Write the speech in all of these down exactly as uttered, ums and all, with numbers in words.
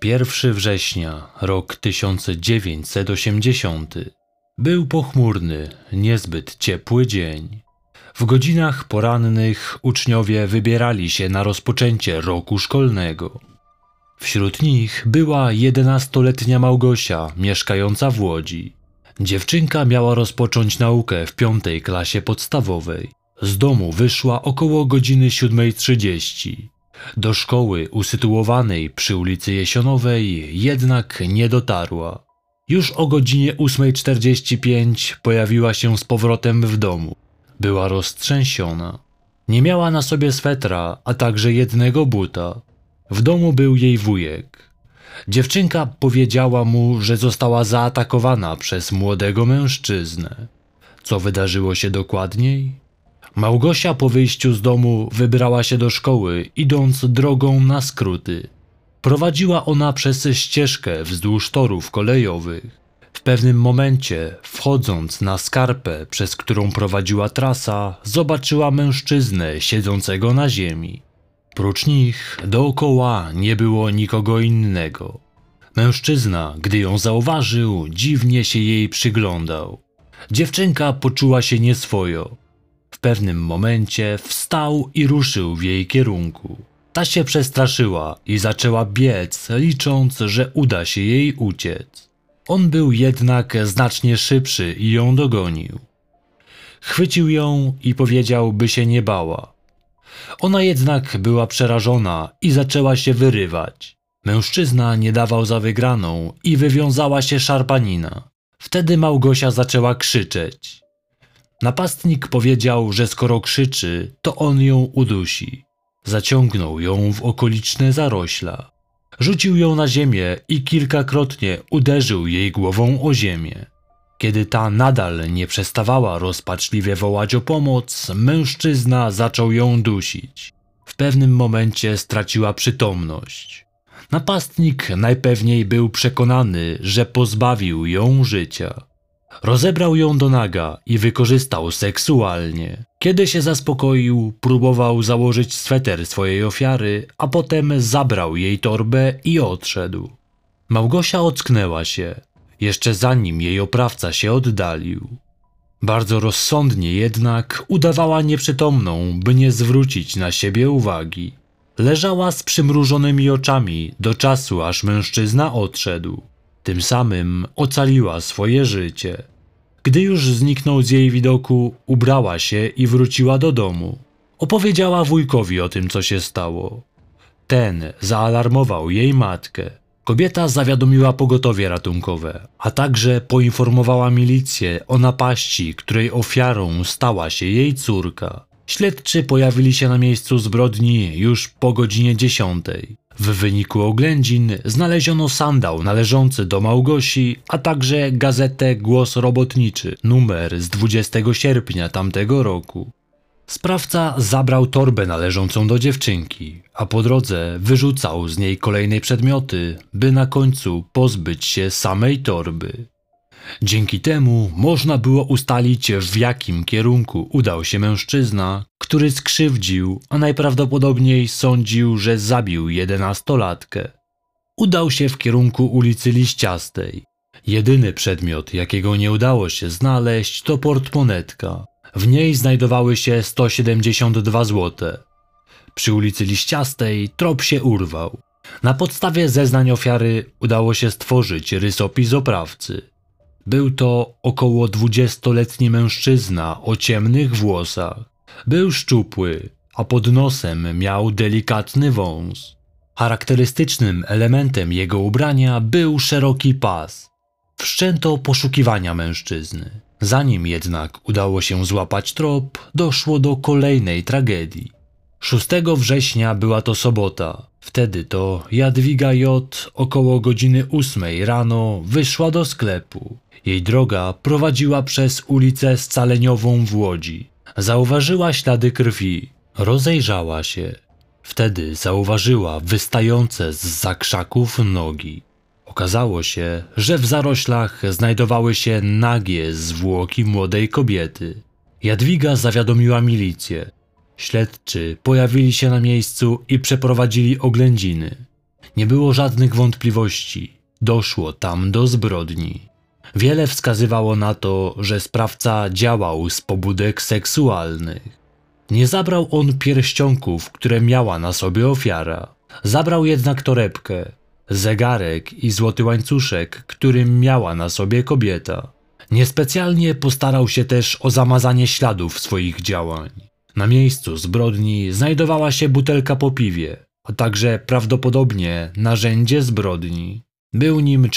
pierwszego września, rok tysiąc dziewięćset osiemdziesiąty. Był pochmurny, niezbyt ciepły dzień. W godzinach porannych uczniowie wybierali się na rozpoczęcie roku szkolnego. Wśród nich była jedenastoletnia Małgosia, mieszkająca w Łodzi. Dziewczynka miała rozpocząć naukę w piątej klasie podstawowej. Z domu wyszła około godziny siódmej trzydzieści. Do szkoły usytuowanej przy ulicy Jesionowej jednak nie dotarła. Już o godzinie ósmej czterdzieści pięć pojawiła się z powrotem w domu. Była roztrzęsiona. Nie miała na sobie swetra, a także jednego buta. W domu był jej wujek. Dziewczynka powiedziała mu, że została zaatakowana przez młodego mężczyznę. Co wydarzyło się dokładniej? Małgosia po wyjściu z domu wybrała się do szkoły, idąc drogą na skróty. Prowadziła ona przez ścieżkę wzdłuż torów kolejowych. W pewnym momencie, wchodząc na skarpę, przez którą prowadziła trasa, zobaczyła mężczyznę siedzącego na ziemi. Prócz nich dookoła nie było nikogo innego. Mężczyzna, gdy ją zauważył, dziwnie się jej przyglądał. Dziewczynka poczuła się nieswojo. W pewnym momencie wstał i ruszył w jej kierunku. Ta się przestraszyła i zaczęła biec, licząc, że uda się jej uciec. On był jednak znacznie szybszy i ją dogonił. Chwycił ją i powiedział, by się nie bała. Ona jednak była przerażona i zaczęła się wyrywać. Mężczyzna nie dawał za wygraną i wywiązała się szarpanina. Wtedy Małgosia zaczęła krzyczeć. Napastnik powiedział, że skoro krzyczy, to on ją udusi. Zaciągnął ją w okoliczne zarośla. Rzucił ją na ziemię i kilkakrotnie uderzył jej głową o ziemię. Kiedy ta nadal nie przestawała rozpaczliwie wołać o pomoc, mężczyzna zaczął ją dusić. W pewnym momencie straciła przytomność. Napastnik najpewniej był przekonany, że pozbawił ją życia. Rozebrał ją do naga i wykorzystał seksualnie. Kiedy się zaspokoił, próbował założyć sweter swojej ofiary, a potem zabrał jej torbę i odszedł. Małgosia ocknęła się, jeszcze zanim jej oprawca się oddalił. Bardzo rozsądnie jednak udawała nieprzytomną, by nie zwrócić na siebie uwagi. Leżała z przymrużonymi oczami do czasu, aż mężczyzna odszedł. Tym samym ocaliła swoje życie. Gdy już zniknął z jej widoku, ubrała się i wróciła do domu. Opowiedziała wujkowi o tym, co się stało. Ten zaalarmował jej matkę. Kobieta zawiadomiła pogotowie ratunkowe, a także poinformowała milicję o napaści, której ofiarą stała się jej córka. Śledczy pojawili się na miejscu zbrodni już po godzinie dziesiątej. W wyniku oględzin znaleziono sandał należący do Małgosi, a także gazetę Głos Robotniczy, numer z dwudziestego sierpnia tamtego roku. Sprawca zabrał torbę należącą do dziewczynki, a po drodze wyrzucał z niej kolejne przedmioty, by na końcu pozbyć się samej torby. Dzięki temu można było ustalić, w jakim kierunku udał się mężczyzna, który skrzywdził, a najprawdopodobniej sądził, że zabił jedenastolatkę. Udał się w kierunku ulicy Liściastej. Jedyny przedmiot, jakiego nie udało się znaleźć, to portmonetka. W niej znajdowały się sto siedemdziesiąt dwa złote. Przy ulicy Liściastej trop się urwał. Na podstawie zeznań ofiary udało się stworzyć rysopis oprawcy. Był to około dwudziestoletni mężczyzna o ciemnych włosach. Był szczupły, a pod nosem miał delikatny wąs. Charakterystycznym elementem jego ubrania był szeroki pas. Wszczęto poszukiwania mężczyzny. Zanim jednak udało się złapać trop, doszło do kolejnej tragedii. szóstego września była to sobota. Wtedy to Jadwiga J. około godziny ósmej rano wyszła do sklepu. Jej droga prowadziła przez ulicę Scaleniową w Łodzi. Zauważyła ślady krwi. Rozejrzała się. Wtedy zauważyła wystające z za krzaków nogi. Okazało się, że w zaroślach znajdowały się nagie zwłoki młodej kobiety. Jadwiga zawiadomiła milicję. Śledczy pojawili się na miejscu i przeprowadzili oględziny. Nie było żadnych wątpliwości. Doszło tam do zbrodni. Wiele wskazywało na to, że sprawca działał z pobudek seksualnych. Nie zabrał on pierścionków, które miała na sobie ofiara. Zabrał jednak torebkę, zegarek i złoty łańcuszek, którym miała na sobie kobieta. Niespecjalnie postarał się też o zamazanie śladów swoich działań. Na miejscu zbrodni znajdowała się butelka po piwie, a także prawdopodobnie narzędzie zbrodni. Był nim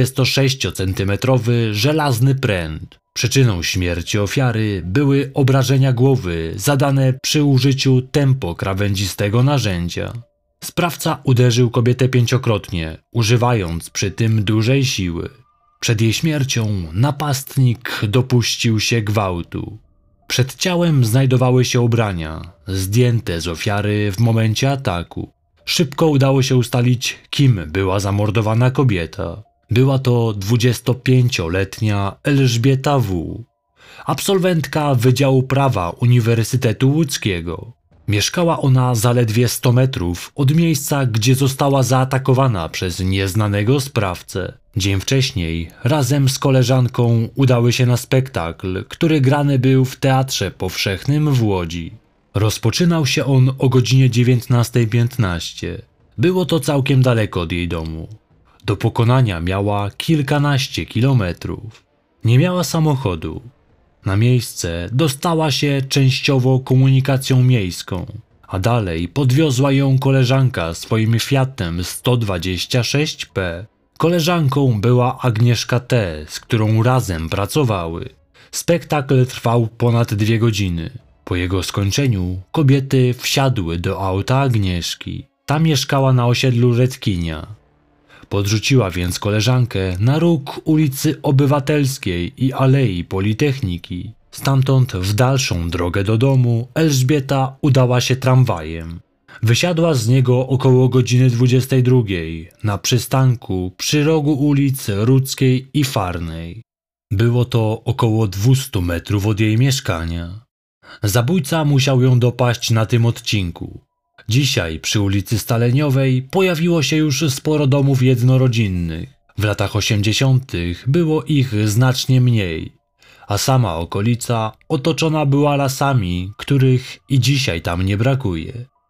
czterdziestosześciocentymetrowy żelazny pręt. Przyczyną śmierci ofiary były obrażenia głowy zadane przy użyciu tępo krawędzistego narzędzia. Sprawca uderzył kobietę pięciokrotnie, używając przy tym dużej siły. Przed jej śmiercią napastnik dopuścił się gwałtu. Przed ciałem znajdowały się ubrania, zdjęte z ofiary w momencie ataku. Szybko udało się ustalić, kim była zamordowana kobieta. Była to dwudziestopięcioletnia Elżbieta W., absolwentka Wydziału Prawa Uniwersytetu Łódzkiego. Mieszkała ona zaledwie sto metrów od miejsca, gdzie została zaatakowana przez nieznanego sprawcę. Dzień wcześniej razem z koleżanką udały się na spektakl, który grany był w Teatrze Powszechnym w Łodzi. Rozpoczynał się on o godzinie dziewiętnastej piętnaście. Było to całkiem daleko od jej domu. Do pokonania miała kilkanaście kilometrów. Nie miała samochodu. Na miejsce dostała się częściowo komunikacją miejską, a dalej podwiozła ją koleżanka swoim Fiatem sto dwadzieścia sześć P. Koleżanką była Agnieszka T., z którą razem pracowały. Spektakl trwał ponad dwie godziny. Po jego skończeniu kobiety wsiadły do auta Agnieszki. Ta mieszkała na osiedlu Redkinia. Podrzuciła więc koleżankę na róg ulicy Obywatelskiej i Alei Politechniki. Stamtąd w dalszą drogę do domu Elżbieta udała się tramwajem. Wysiadła z niego około godziny dwudziestej drugiej na przystanku przy rogu ulic Rudzkiej i Farnej. Było to około dwieście metrów od jej mieszkania. Zabójca musiał ją dopaść na tym odcinku. Dzisiaj przy ulicy Staleniowej pojawiło się już sporo domów jednorodzinnych. W latach osiemdziesiątych było ich znacznie mniej, a sama okolica otoczona była lasami, których i dzisiaj tam nie brakuje.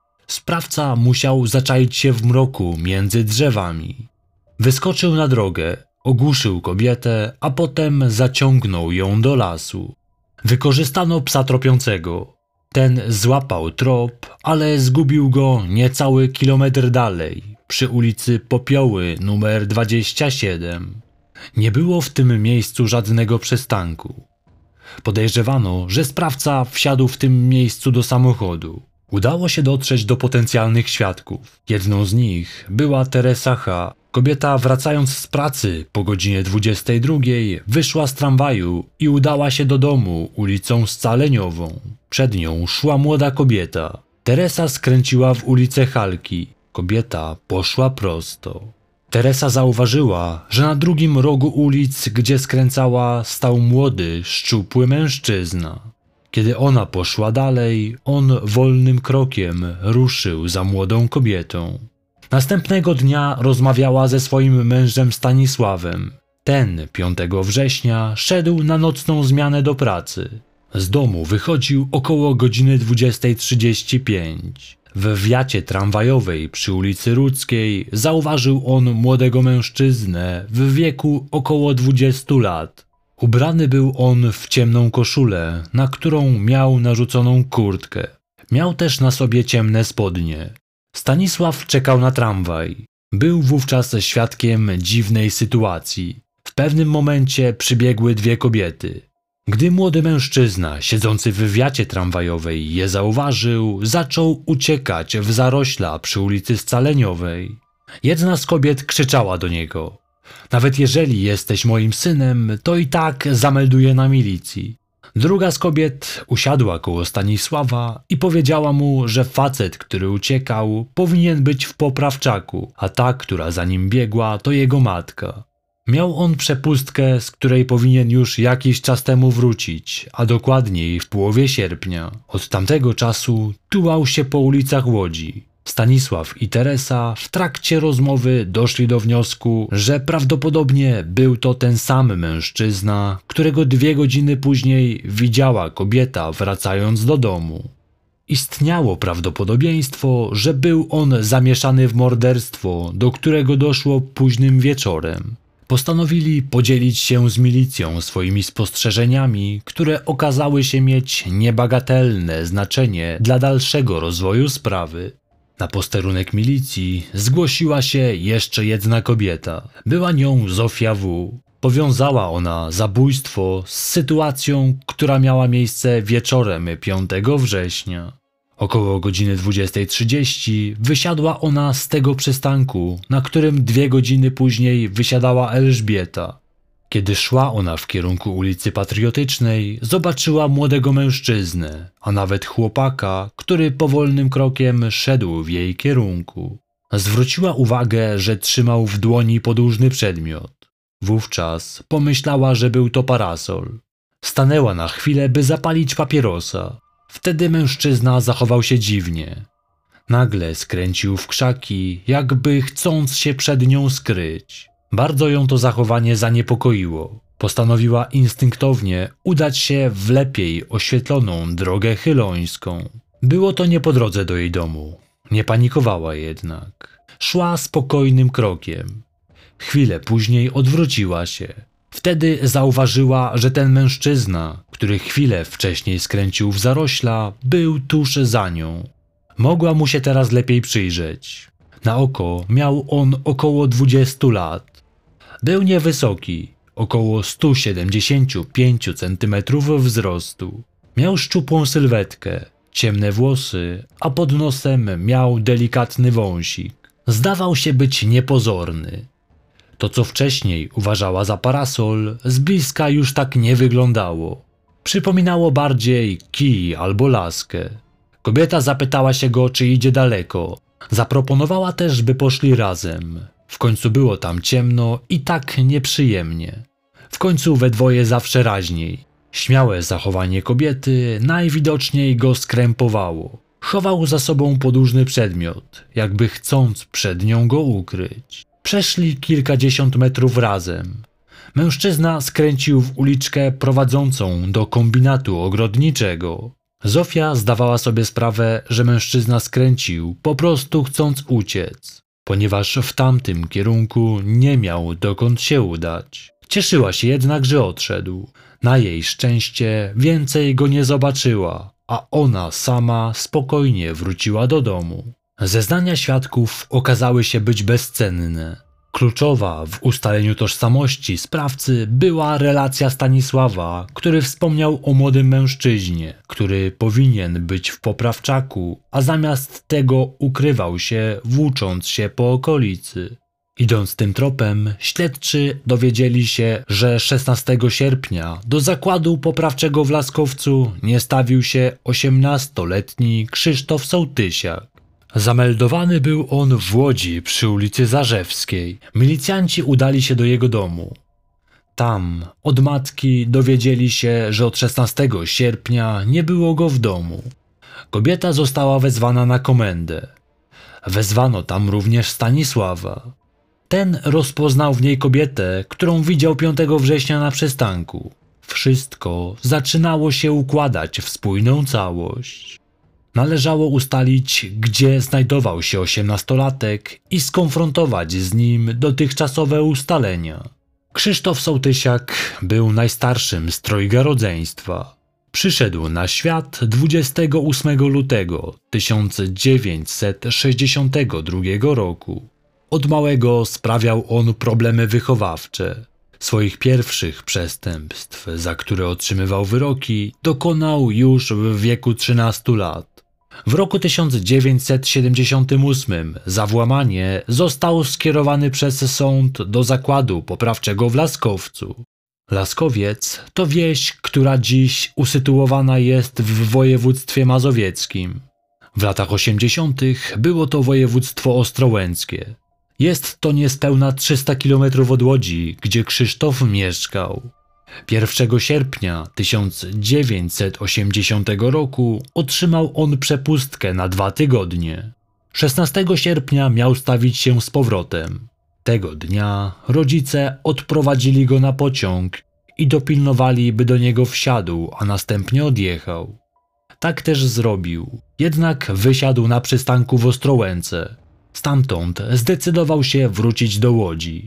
Sprawca musiał zaczaić się w mroku między drzewami. Wyskoczył na drogę, ogłuszył kobietę, a potem zaciągnął ją do lasu. Wykorzystano psa tropiącego. Ten złapał trop, ale zgubił go niecały kilometr dalej, przy ulicy Popioły numer dwadzieścia siedem. Nie było w tym miejscu żadnego przystanku. Podejrzewano, że sprawca wsiadł w tym miejscu do samochodu. Udało się dotrzeć do potencjalnych świadków. Jedną z nich była Teresa H. Kobieta, wracając z pracy po godzinie dwudziestej drugiej, wyszła z tramwaju i udała się do domu ulicą Scaleniową. Przed nią szła młoda kobieta. Teresa skręciła w ulicę Halki. Kobieta poszła prosto. Teresa zauważyła, że na drugim rogu ulic, gdzie skręcała, stał młody, szczupły mężczyzna. Kiedy ona poszła dalej, on wolnym krokiem ruszył za młodą kobietą. Następnego dnia rozmawiała ze swoim mężem Stanisławem. Ten piątego września szedł na nocną zmianę do pracy. Z domu wychodził około godziny dwudziestej trzydzieści pięć. W wiacie tramwajowej przy ulicy Rudzkiej zauważył on młodego mężczyznę w wieku około dwudziestu lat. Ubrany był on w ciemną koszulę, na którą miał narzuconą kurtkę. Miał też na sobie ciemne spodnie. Stanisław czekał na tramwaj. Był wówczas świadkiem dziwnej sytuacji. W pewnym momencie przybiegły dwie kobiety. Gdy młody mężczyzna, siedzący w wiacie tramwajowej, je zauważył, zaczął uciekać w zarośla przy ulicy Scaleniowej. Jedna z kobiet krzyczała do niego: „Nawet jeżeli jesteś moim synem, to i tak zamelduję na milicji”. Druga z kobiet usiadła koło Stanisława i powiedziała mu, że facet, który uciekał, powinien być w poprawczaku, a ta, która za nim biegła, to jego matka. Miał on przepustkę, z której powinien już jakiś czas temu wrócić, a dokładniej w połowie sierpnia. Od tamtego czasu tułał się po ulicach Łodzi. Stanisław i Teresa w trakcie rozmowy doszli do wniosku, że prawdopodobnie był to ten sam mężczyzna, którego dwie godziny później widziała kobieta wracając do domu. Istniało prawdopodobieństwo, że był on zamieszany w morderstwo, do którego doszło późnym wieczorem. Postanowili podzielić się z milicją swoimi spostrzeżeniami, które okazały się mieć niebagatelne znaczenie dla dalszego rozwoju sprawy. Na posterunek milicji zgłosiła się jeszcze jedna kobieta. Była nią Zofia W. Powiązała ona zabójstwo z sytuacją, która miała miejsce wieczorem piątego września. Około godziny dwudziestej trzydzieści wysiadła ona z tego przystanku, na którym dwie godziny później wysiadała Elżbieta. Kiedy szła ona w kierunku ulicy Patriotycznej, zobaczyła młodego mężczyznę, a nawet chłopaka, który powolnym krokiem szedł w jej kierunku. Zwróciła uwagę, że trzymał w dłoni podłużny przedmiot. Wówczas pomyślała, że był to parasol. Stanęła na chwilę, by zapalić papierosa. Wtedy mężczyzna zachował się dziwnie. Nagle skręcił w krzaki, jakby chcąc się przed nią skryć. Bardzo ją to zachowanie zaniepokoiło. Postanowiła instynktownie udać się w lepiej oświetloną drogę chylońską. Było to nie po drodze do jej domu. Nie panikowała jednak. Szła spokojnym krokiem. Chwilę później odwróciła się. Wtedy zauważyła, że ten mężczyzna, który chwilę wcześniej skręcił w zarośla, był tuż za nią. Mogła mu się teraz lepiej przyjrzeć. Na oko miał on około dwudziestu lat. Był niewysoki, około sto siedemdziesiąt pięć centymetrów wzrostu. Miał szczupłą sylwetkę, ciemne włosy, a pod nosem miał delikatny wąsik. Zdawał się być niepozorny. To, co wcześniej uważała za parasol, z bliska już tak nie wyglądało. Przypominało bardziej kij albo laskę. Kobieta zapytała się go, czy idzie daleko. Zaproponowała też, by poszli razem. W końcu było tam ciemno i tak nieprzyjemnie. W końcu we dwoje zawsze raźniej. Śmiałe zachowanie kobiety najwidoczniej go skrępowało. Chował za sobą podłużny przedmiot, jakby chcąc przed nią go ukryć. Przeszli kilkadziesiąt metrów razem. Mężczyzna skręcił w uliczkę prowadzącą do kombinatu ogrodniczego. Zofia zdawała sobie sprawę, że mężczyzna skręcił, po prostu chcąc uciec, ponieważ w tamtym kierunku nie miał dokąd się udać. Cieszyła się jednak, że odszedł. Na jej szczęście więcej go nie zobaczyła, a ona sama spokojnie wróciła do domu. Zeznania świadków okazały się być bezcenne. Kluczowa w ustaleniu tożsamości sprawcy była relacja Stanisława, który wspomniał o młodym mężczyźnie, który powinien być w poprawczaku, a zamiast tego ukrywał się, włócząc się po okolicy. Idąc tym tropem, śledczy dowiedzieli się, że szesnastego sierpnia do zakładu poprawczego w Laskowcu nie stawił się osiemnastoletni Krzysztof Sołtysiak. Zameldowany był on w Łodzi przy ulicy Zarzewskiej. Milicjanci udali się do jego domu. Tam od matki dowiedzieli się, że od szesnastego sierpnia nie było go w domu. Kobieta została wezwana na komendę. Wezwano tam również Stanisława. Ten rozpoznał w niej kobietę, którą widział piątego września na przystanku. Wszystko zaczynało się układać w spójną całość. Należało ustalić, gdzie znajdował się osiemnastolatek i skonfrontować z nim dotychczasowe ustalenia. Krzysztof Sołtysiak był najstarszym z trojga rodzeństwa. Przyszedł na świat dwudziestego ósmego lutego tysiąc dziewięćset sześćdziesiątego drugiego roku. Od małego sprawiał on problemy wychowawcze. Swoich pierwszych przestępstw, za które otrzymywał wyroki, dokonał już w wieku trzynastu lat. W roku tysiąc dziewięćset siedemdziesiątym ósmym za włamanie został skierowany przez sąd do zakładu poprawczego w Laskowcu. Laskowiec to wieś, która dziś usytuowana jest w województwie mazowieckim. W latach osiemdziesiątych było to województwo ostrołęckie. Jest to niespełna trzysta kilometrów od Łodzi, gdzie Krzysztof mieszkał. pierwszego sierpnia tysiąc dziewięćset osiemdziesiątego roku otrzymał on przepustkę na dwa tygodnie. szesnastego sierpnia miał stawić się z powrotem. Tego dnia rodzice odprowadzili go na pociąg i dopilnowali, by do niego wsiadł, a następnie odjechał. Tak też zrobił, jednak wysiadł na przystanku w Ostrołęce. Stamtąd zdecydował się wrócić do Łodzi.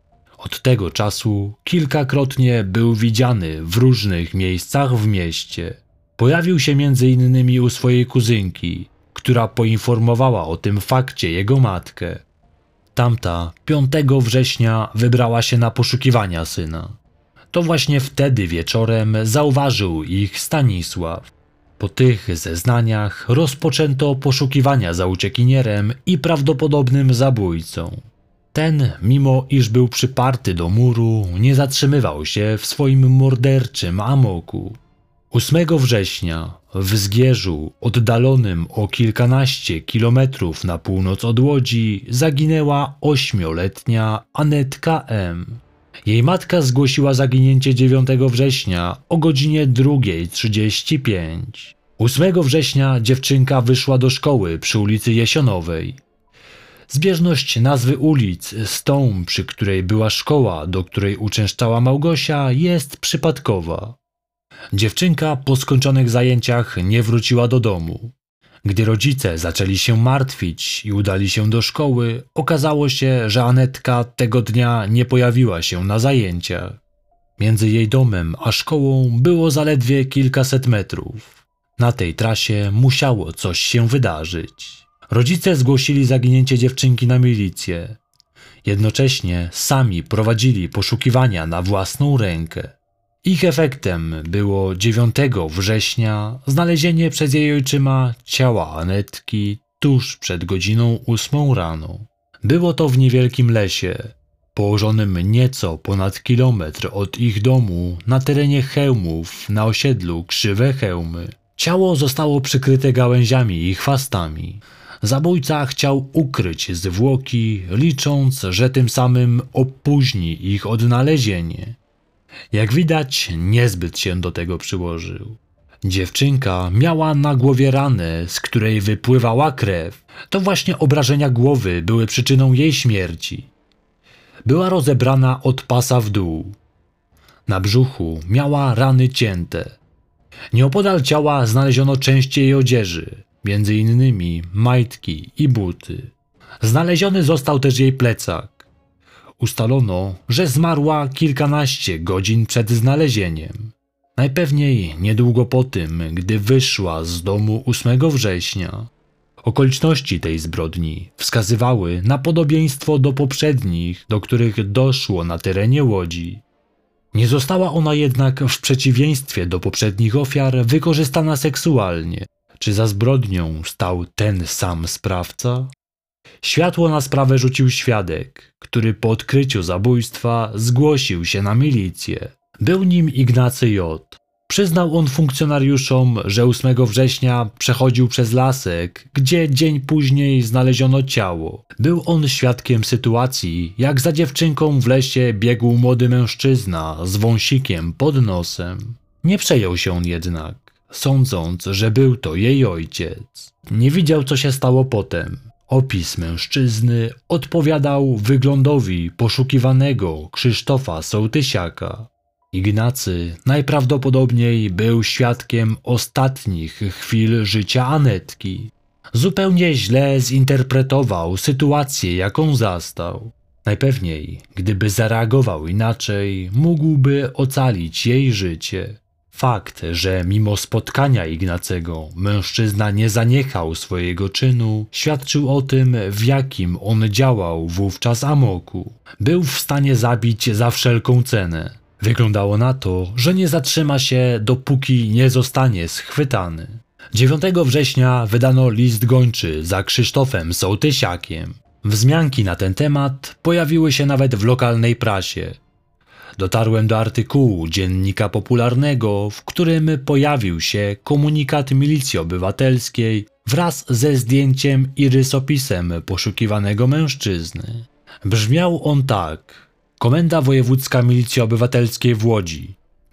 Od tego czasu kilkakrotnie był widziany w różnych miejscach w mieście. Pojawił się między innymi u swojej kuzynki, która poinformowała o tym fakcie jego matkę. Tamta piątego września wybrała się na poszukiwania syna. To właśnie wtedy wieczorem zauważył ich Stanisław. Po tych zeznaniach rozpoczęto poszukiwania za uciekinierem i prawdopodobnym zabójcą. Ten, mimo iż był przyparty do muru, nie zatrzymywał się w swoim morderczym amoku. ósmego września w Zgierzu, oddalonym o kilkanaście kilometrów na północ od Łodzi, zaginęła ośmioletnia Anetka M. Jej matka zgłosiła zaginięcie dziewiątego września o godzinie drugiej trzydzieści pięć. ósmego września dziewczynka wyszła do szkoły przy ulicy Jesionowej. Zbieżność nazwy ulic z tą, przy której była szkoła, do której uczęszczała Małgosia, jest przypadkowa. Dziewczynka po skończonych zajęciach nie wróciła do domu. Gdy rodzice zaczęli się martwić i udali się do szkoły, okazało się, że Anetka tego dnia nie pojawiła się na zajęciach. Między jej domem a szkołą było zaledwie kilkaset metrów. Na tej trasie musiało coś się wydarzyć. Rodzice zgłosili zaginięcie dziewczynki na milicję. Jednocześnie sami prowadzili poszukiwania na własną rękę. Ich efektem było dziewiątego września znalezienie przez jej ojczyma ciała Anetki tuż przed godziną ósmą rano. Było to w niewielkim lesie, położonym nieco ponad kilometr od ich domu na terenie Chełmów na osiedlu Krzywe Chełmy. Ciało zostało przykryte gałęziami i chwastami. Zabójca chciał ukryć zwłoki, licząc, że tym samym opóźni ich odnalezienie. Jak widać, niezbyt się do tego przyłożył. Dziewczynka miała na głowie ranę, z której wypływała krew. To właśnie obrażenia głowy były przyczyną jej śmierci. Była rozebrana od pasa w dół. Na brzuchu miała rany cięte. Nieopodal ciała znaleziono części jej odzieży, między innymi majtki i buty. Znaleziony został też jej plecak. Ustalono, że zmarła kilkanaście godzin przed znalezieniem. Najpewniej niedługo po tym, gdy wyszła z domu ósmego września. Okoliczności tej zbrodni wskazywały na podobieństwo do poprzednich, do których doszło na terenie Łodzi. Nie została ona jednak, w przeciwieństwie do poprzednich ofiar, wykorzystana seksualnie. Czy za zbrodnią stał ten sam sprawca? Światło na sprawę rzucił świadek, który po odkryciu zabójstwa zgłosił się na milicję. Był nim Ignacy J. Przyznał on funkcjonariuszom, że ósmego września przechodził przez lasek, gdzie dzień później znaleziono ciało. Był on świadkiem sytuacji, jak za dziewczynką w lesie biegł młody mężczyzna z wąsikiem pod nosem. Nie przejął się on jednak, sądząc, że był to jej ojciec. Nie widział, co się stało potem. Opis mężczyzny odpowiadał wyglądowi poszukiwanego Krzysztofa Sołtysiaka. Ignacy najprawdopodobniej był świadkiem ostatnich chwil życia Anetki. Zupełnie źle zinterpretował sytuację, jaką zastał. Najpewniej, gdyby zareagował inaczej, mógłby ocalić jej życie. Fakt, że mimo spotkania Ignacego mężczyzna nie zaniechał swojego czynu, świadczył o tym, w jakim on działał wówczas amoku. Był w stanie zabić za wszelką cenę. Wyglądało na to, że nie zatrzyma się, dopóki nie zostanie schwytany. dziewiątego września wydano list gończy za Krzysztofem Sołtysiakiem. Wzmianki na ten temat pojawiły się nawet w lokalnej prasie. Dotarłem do artykułu Dziennika Popularnego, w którym pojawił się komunikat Milicji Obywatelskiej wraz ze zdjęciem i rysopisem poszukiwanego mężczyzny. Brzmiał on tak: Komenda Wojewódzka Milicji Obywatelskiej w Łodzi.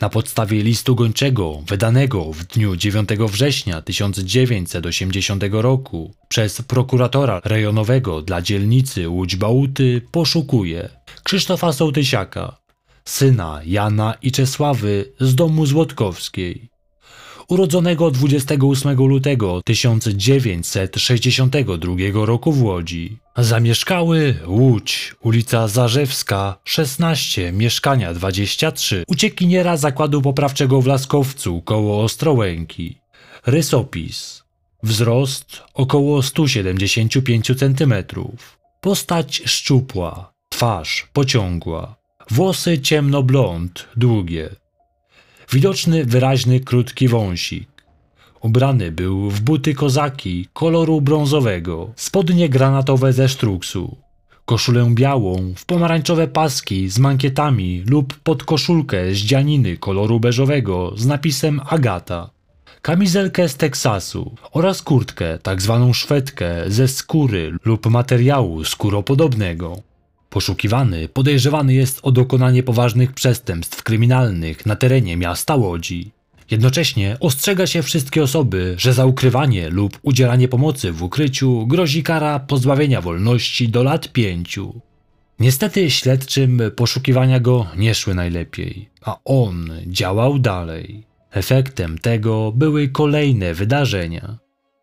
Na podstawie listu gończego wydanego w dniu dziewiątego września tysiąc dziewięćset osiemdziesiątego roku przez prokuratora rejonowego dla dzielnicy Łódź-Bałuty poszukuje Krzysztofa Sołtysiaka, syna Jana i Czesławy z domu Złotkowskiej, urodzonego dwudziestego ósmego lutego tysiąc dziewięćset sześćdziesiątego drugiego roku w Łodzi. Zamieszkały Łódź, ulica Zarzewska, szesnaście, mieszkania dwadzieścia trzy, uciekiniera zakładu poprawczego w Laskowcu koło Ostrołęki. Rysopis: wzrost około sto siedemdziesiąt pięć centymetrów, postać szczupła, twarz pociągła, włosy ciemnoblond, długie. Widoczny wyraźny krótki wąsik. Ubrany był w buty kozaki koloru brązowego, spodnie granatowe ze sztruksu, koszulę białą w pomarańczowe paski z mankietami lub podkoszulkę z dzianiny koloru beżowego z napisem Agata, kamizelkę z Teksasu oraz kurtkę, tak zwaną szwedkę, ze skóry lub materiału skóropodobnego. Poszukiwany podejrzewany jest o dokonanie poważnych przestępstw kryminalnych na terenie miasta Łodzi. Jednocześnie ostrzega się wszystkie osoby, że za ukrywanie lub udzielanie pomocy w ukryciu grozi kara pozbawienia wolności do lat pięciu. Niestety śledczym poszukiwania go nie szły najlepiej, a on działał dalej. Efektem tego były kolejne wydarzenia.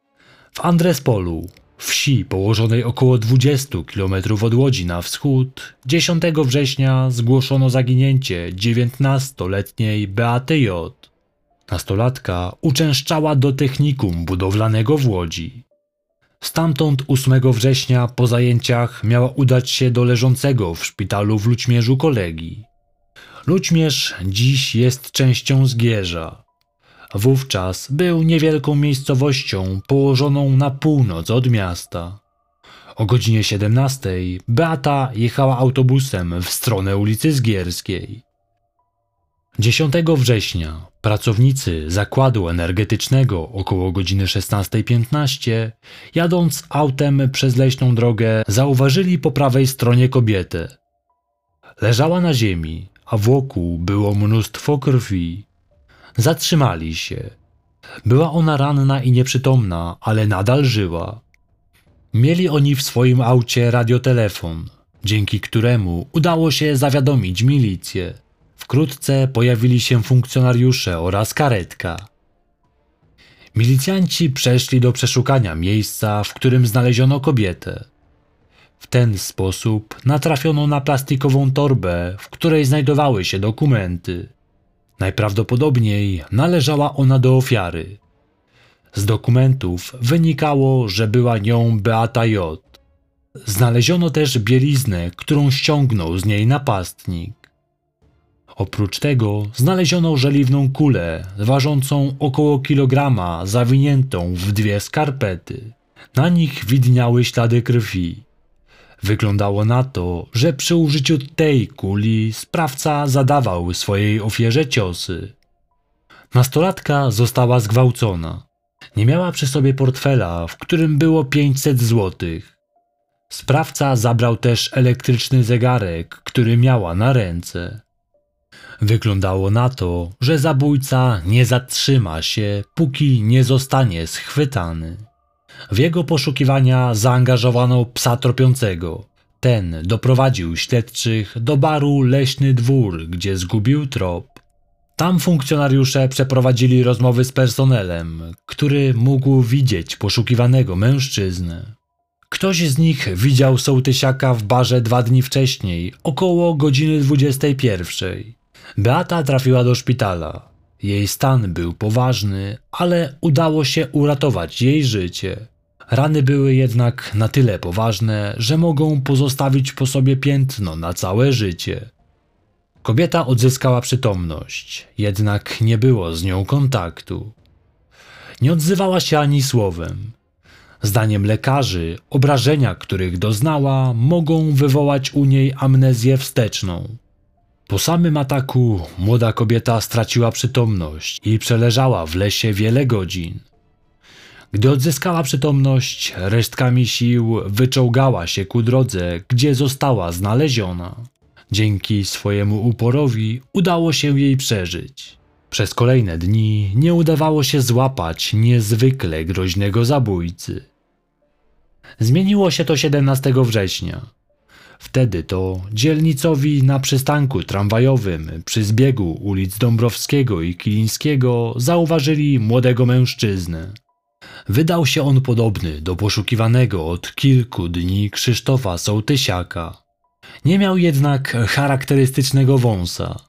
W Andrespolu, wsi położonej około dwudziestu kilometrów od Łodzi na wschód, dziesiątego września zgłoszono zaginięcie dziewiętnastoletniej Beaty J. Nastolatka uczęszczała do technikum budowlanego w Łodzi. Stamtąd ósmego września po zajęciach miała udać się do leżącego w szpitalu w Lućmierzu kolegi. Lućmierz dziś jest częścią Zgierza. Wówczas był niewielką miejscowością położoną na północ od miasta. O godzinie siedemnastej Beata jechała autobusem w stronę ulicy Zgierskiej. dziesiątego września pracownicy zakładu energetycznego około godziny szesnastej piętnaście, jadąc autem przez leśną drogę, zauważyli po prawej stronie kobietę. Leżała na ziemi, a wokół było mnóstwo krwi. Zatrzymali się. Była ona ranna i nieprzytomna, ale nadal żyła. Mieli oni w swoim aucie radiotelefon, dzięki któremu udało się zawiadomić milicję. Wkrótce pojawili się funkcjonariusze oraz karetka. Milicjanci przeszli do przeszukania miejsca, w którym znaleziono kobietę. W ten sposób natrafiono na plastikową torbę, w której znajdowały się dokumenty. Najprawdopodobniej należała ona do ofiary. Z dokumentów wynikało, że była nią Beata J. Znaleziono też bieliznę, którą ściągnął z niej napastnik. Oprócz tego znaleziono żeliwną kulę, ważącą około kilograma, zawiniętą w dwie skarpety. Na nich widniały ślady krwi. Wyglądało na to, że przy użyciu tej kuli sprawca zadawał swojej ofierze ciosy. Nastolatka została zgwałcona. Nie miała przy sobie portfela, w którym było pięćset złotych. Sprawca zabrał też elektryczny zegarek, który miała na ręce. Wyglądało na to, że zabójca nie zatrzyma się, póki nie zostanie schwytany. W jego poszukiwania zaangażowano psa tropiącego. Ten doprowadził śledczych do baru Leśny Dwór, gdzie zgubił trop. Tam funkcjonariusze przeprowadzili rozmowy z personelem, który mógł widzieć poszukiwanego mężczyznę. Ktoś z nich widział Sołtysiaka w barze dwa dni wcześniej, około godziny dwudziestej pierwszej. Beata trafiła do szpitala. Jej stan był poważny, ale udało się uratować jej życie. Rany były jednak na tyle poważne, że mogą pozostawić po sobie piętno na całe życie. Kobieta odzyskała przytomność, jednak nie było z nią kontaktu. Nie odzywała się ani słowem. Zdaniem lekarzy, obrażenia, których doznała, mogą wywołać u niej amnezję wsteczną. Po samym ataku młoda kobieta straciła przytomność i przeleżała w lesie wiele godzin. Gdy odzyskała przytomność, resztkami sił wyczołgała się ku drodze, gdzie została znaleziona. Dzięki swojemu uporowi udało się jej przeżyć. Przez kolejne dni nie udawało się złapać niezwykle groźnego zabójcy. Zmieniło się to siedemnastego września. Wtedy to dzielnicowi na przystanku tramwajowym przy zbiegu ulic Dąbrowskiego i Kilińskiego zauważyli młodego mężczyznę. Wydał się on podobny do poszukiwanego od kilku dni Krzysztofa Sołtysiaka. Nie miał jednak charakterystycznego wąsa.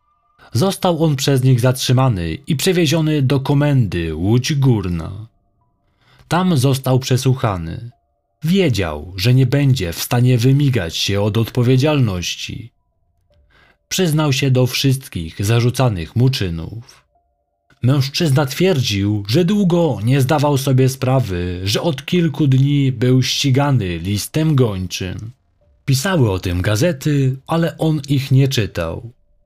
Został on przez nich zatrzymany i przewieziony do komendy Łódź Górna. Tam został przesłuchany. Wiedział, że nie będzie w stanie wymigać się od odpowiedzialności. Przyznał się do wszystkich zarzucanych mu czynów. Mężczyzna twierdził, że długo nie zdawał sobie sprawy, że od kilku dni był ścigany listem gończym. Pisały o tym gazety, ale on ich nie czytał.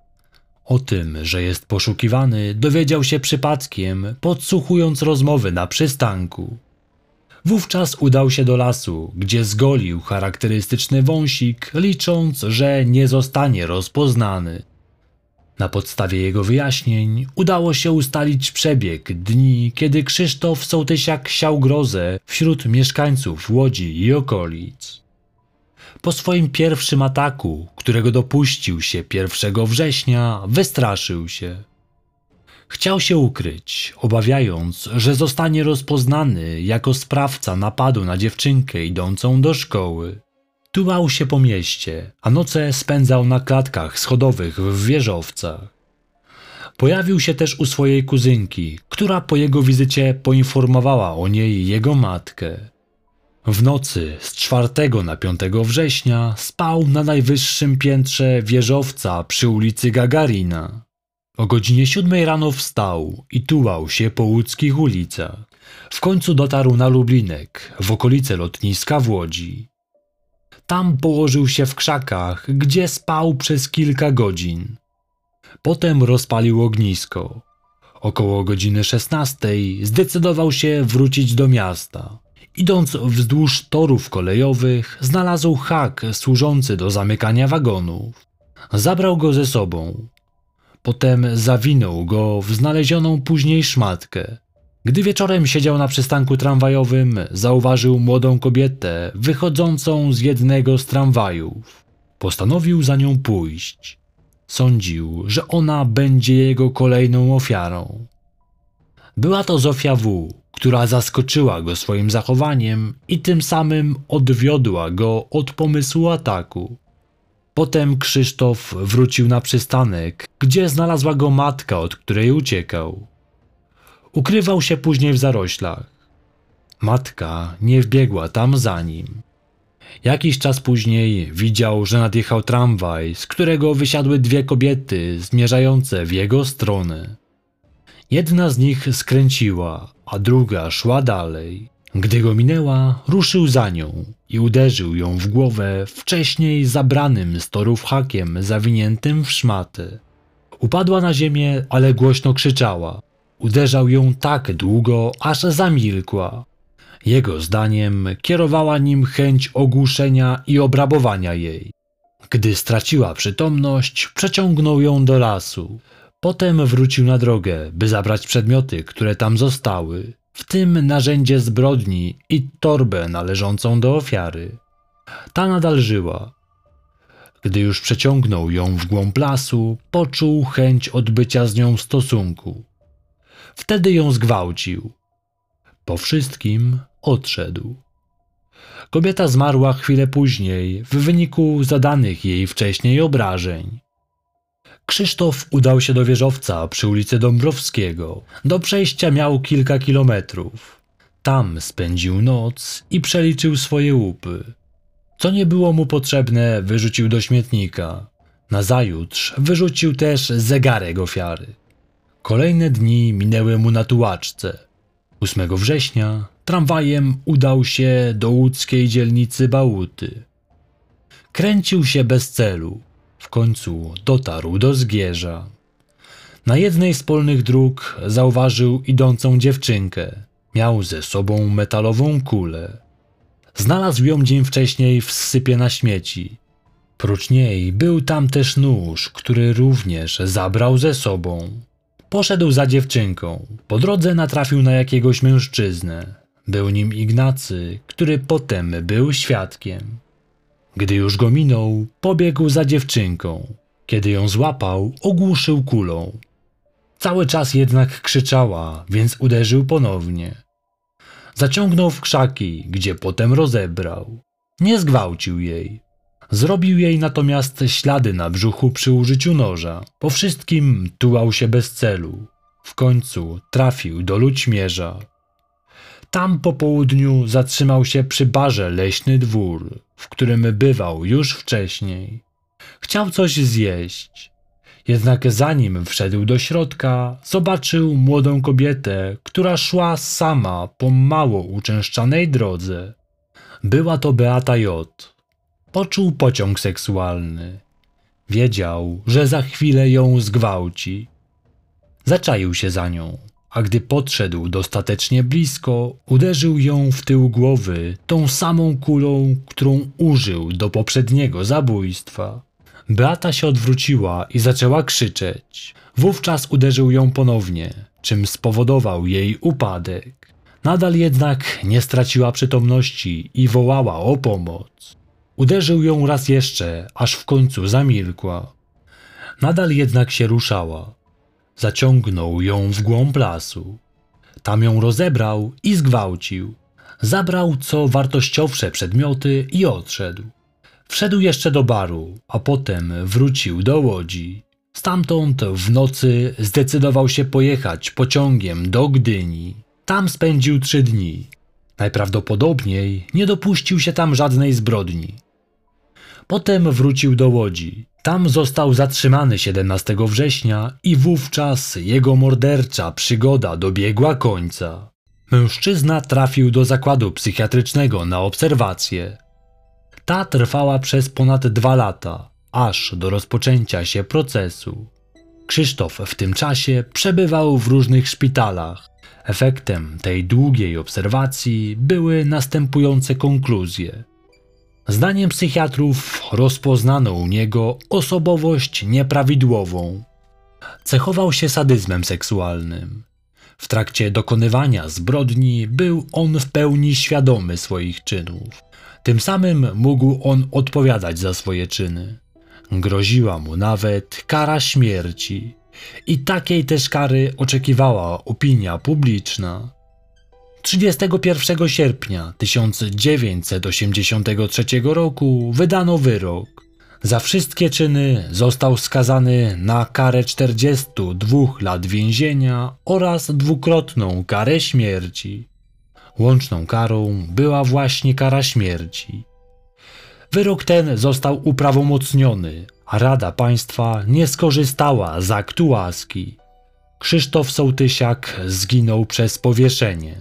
O tym, że jest poszukiwany, dowiedział się przypadkiem, podsłuchując rozmowy na przystanku. Wówczas udał się do lasu, gdzie zgolił charakterystyczny wąsik, licząc, że nie zostanie rozpoznany. Na podstawie jego wyjaśnień udało się ustalić przebieg dni, kiedy Krzysztof Sołtysiak siał grozę wśród mieszkańców Łodzi i okolic. Po swoim pierwszym ataku, którego dopuścił się pierwszego września, wystraszył się. Chciał się ukryć, obawiając, że zostanie rozpoznany jako sprawca napadu na dziewczynkę idącą do szkoły. Tułał się po mieście, a noce spędzał na klatkach schodowych w wieżowcach. Pojawił się też u swojej kuzynki, która po jego wizycie poinformowała o niej jego matkę. W nocy z czwartego na piątego września spał na najwyższym piętrze wieżowca przy ulicy Gagarina. O godzinie siódmej rano wstał i tułał się po łódzkich ulicach. W końcu dotarł na Lublinek, w okolice lotniska w Łodzi. Tam położył się w krzakach, gdzie spał przez kilka godzin. Potem rozpalił ognisko. Około godziny szesnastej zdecydował się wrócić do miasta. Idąc wzdłuż torów kolejowych, znalazł hak służący do zamykania wagonów. Zabrał go ze sobą. Potem zawinął go w znalezioną później szmatkę. Gdy wieczorem siedział na przystanku tramwajowym, zauważył młodą kobietę wychodzącą z jednego z tramwajów. Postanowił za nią pójść. Sądził, że ona będzie jego kolejną ofiarą. Była to Zofia W., która zaskoczyła go swoim zachowaniem i tym samym odwiodła go od pomysłu ataku. Potem Krzysztof wrócił na przystanek, gdzie znalazła go matka, od której uciekał. Ukrywał się później w zaroślach. Matka nie wbiegła tam za nim. Jakiś czas później widział, że nadjechał tramwaj, z którego wysiadły dwie kobiety zmierzające w jego stronę. Jedna z nich skręciła, a druga szła dalej. Gdy go minęła, ruszył za nią i uderzył ją w głowę wcześniej zabranym z torów hakiem zawiniętym w szmatę. Upadła na ziemię, ale głośno krzyczała. Uderzał ją tak długo, aż zamilkła. Jego zdaniem kierowała nim chęć ogłuszenia i obrabowania jej. Gdy straciła przytomność, przeciągnął ją do lasu. Potem wrócił na drogę, by zabrać przedmioty, które tam zostały, w tym narzędzie zbrodni i torbę należącą do ofiary. Ta nadal żyła. Gdy już przeciągnął ją w głąb lasu, poczuł chęć odbycia z nią stosunku. Wtedy ją zgwałcił. Po wszystkim odszedł. Kobieta zmarła chwilę później w wyniku zadanych jej wcześniej obrażeń. Krzysztof udał się do wieżowca przy ulicy Dąbrowskiego. Do przejścia miał kilka kilometrów. Tam spędził noc i przeliczył swoje łupy. Co nie było mu potrzebne, wyrzucił do śmietnika. Nazajutrz wyrzucił też zegarek ofiary. Kolejne dni minęły mu na tułaczce. ósmego września tramwajem udał się do łódzkiej dzielnicy Bałuty. Kręcił się bez celu. W końcu dotarł do Zgierza. Na jednej z polnych dróg zauważył idącą dziewczynkę. Miał ze sobą metalową kulę. Znalazł ją dzień wcześniej w sypie na śmieci. Prócz niej był tam też nóż, który również zabrał ze sobą. Poszedł za dziewczynką. Po drodze natrafił na jakiegoś mężczyznę. Był nim Ignacy, który potem był świadkiem. Gdy już go minął, pobiegł za dziewczynką. Kiedy ją złapał, ogłuszył kulą. Cały czas jednak krzyczała, więc uderzył ponownie. Zaciągnął w krzaki, gdzie potem rozebrał. Nie zgwałcił jej. Zrobił jej natomiast ślady na brzuchu przy użyciu noża. Po wszystkim tułał się bez celu. W końcu trafił do Ludźmierza. Tam po południu zatrzymał się przy barze Leśny Dwór, w którym bywał już wcześniej. Chciał coś zjeść. Jednak zanim wszedł do środka, zobaczył młodą kobietę, która szła sama po mało uczęszczanej drodze. Była to Beata J. Poczuł pociąg seksualny. Wiedział, że za chwilę ją zgwałci. Zaczaił się za nią, a gdy podszedł dostatecznie blisko, uderzył ją w tył głowy tą samą kulą, którą użył do poprzedniego zabójstwa. Beata się odwróciła i zaczęła krzyczeć. Wówczas uderzył ją ponownie, czym spowodował jej upadek. Nadal jednak nie straciła przytomności i wołała o pomoc. Uderzył ją raz jeszcze, aż w końcu zamilkła. Nadal jednak się ruszała. Zaciągnął ją w głąb lasu. Tam ją rozebrał i zgwałcił. Zabrał co wartościowsze przedmioty i odszedł. Wszedł jeszcze do baru, a potem wrócił do Łodzi. Stamtąd w nocy zdecydował się pojechać pociągiem do Gdyni. Tam spędził trzy dni. Najprawdopodobniej nie dopuścił się tam żadnej zbrodni. Potem wrócił do Łodzi. Tam został zatrzymany siedemnastego września i wówczas jego mordercza przygoda dobiegła końca. Mężczyzna trafił do zakładu psychiatrycznego na obserwację. Ta trwała przez ponad dwa lata, aż do rozpoczęcia się procesu. Krzysztof w tym czasie przebywał w różnych szpitalach. Efektem tej długiej obserwacji były następujące konkluzje. Zdaniem psychiatrów rozpoznano u niego osobowość nieprawidłową. Cechował się sadyzmem seksualnym. W trakcie dokonywania zbrodni był on w pełni świadomy swoich czynów. Tym samym mógł on odpowiadać za swoje czyny. Groziła mu nawet kara śmierci. I takiej też kary oczekiwała opinia publiczna. trzydziestego pierwszego sierpnia tysiąc dziewięćset osiemdziesiątego trzeciego roku wydano wyrok. Za wszystkie czyny został skazany na karę czterdziestu dwóch lat więzienia oraz dwukrotną karę śmierci. Łączną karą była właśnie kara śmierci. Wyrok ten został uprawomocniony, a Rada Państwa nie skorzystała z aktu łaski. Krzysztof Sołtysiak zginął przez powieszenie.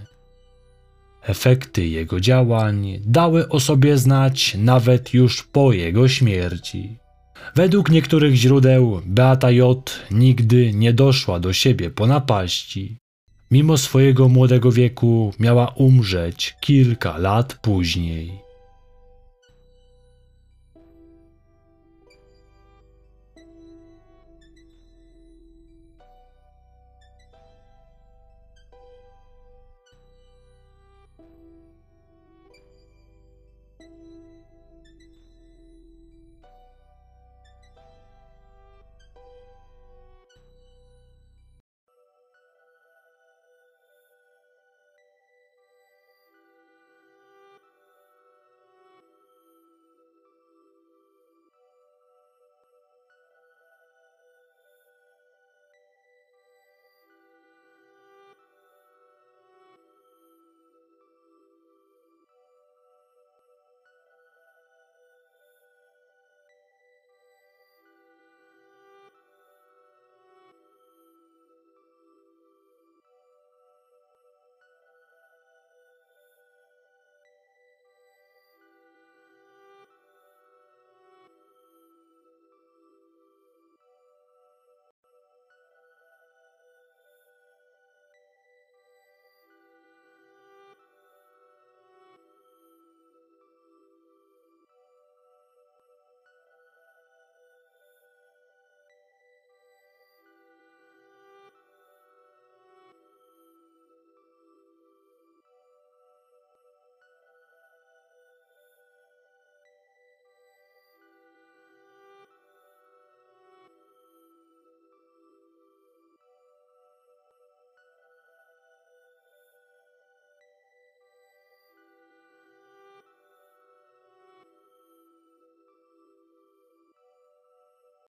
Efekty jego działań dały o sobie znać nawet już po jego śmierci. Według niektórych źródeł Beata J. nigdy nie doszła do siebie po napaści. Mimo swojego młodego wieku miała umrzeć kilka lat później.